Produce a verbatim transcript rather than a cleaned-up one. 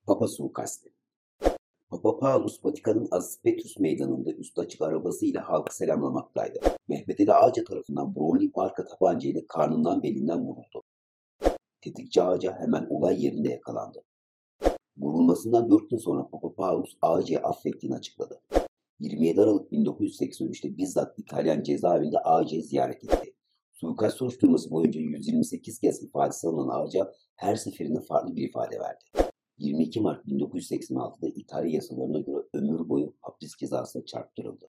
Papa suikasti. Papa Paulus, Vatikan'ın Aziz Petrus Meydanı'nda üstü açık arabasıyla halkı selamlamaktaydı. Mehmet Ali Ağca tarafından Browning marka tabancayla karnından belinden vuruldu. Tetikçi Ağca hemen olay yerinde yakalandı. Vurulmasından dört gün sonra Papa Paulus Ağca'yı affettiğini açıkladı. yirmi yedi Aralık bin dokuz yüz seksen üç'te bizzat İtalyan cezaevinde Ağca'yı ziyaret etti. Suikast soruşturması boyunca yüz yirmi sekiz kez ifadesi alınan Ağca her seferinde farklı bir ifade verdi. yirmi iki Mart bin dokuz yüz seksen altı'da İtalya yasalarına göre ömür boyu hapis cezasına çarptırıldı.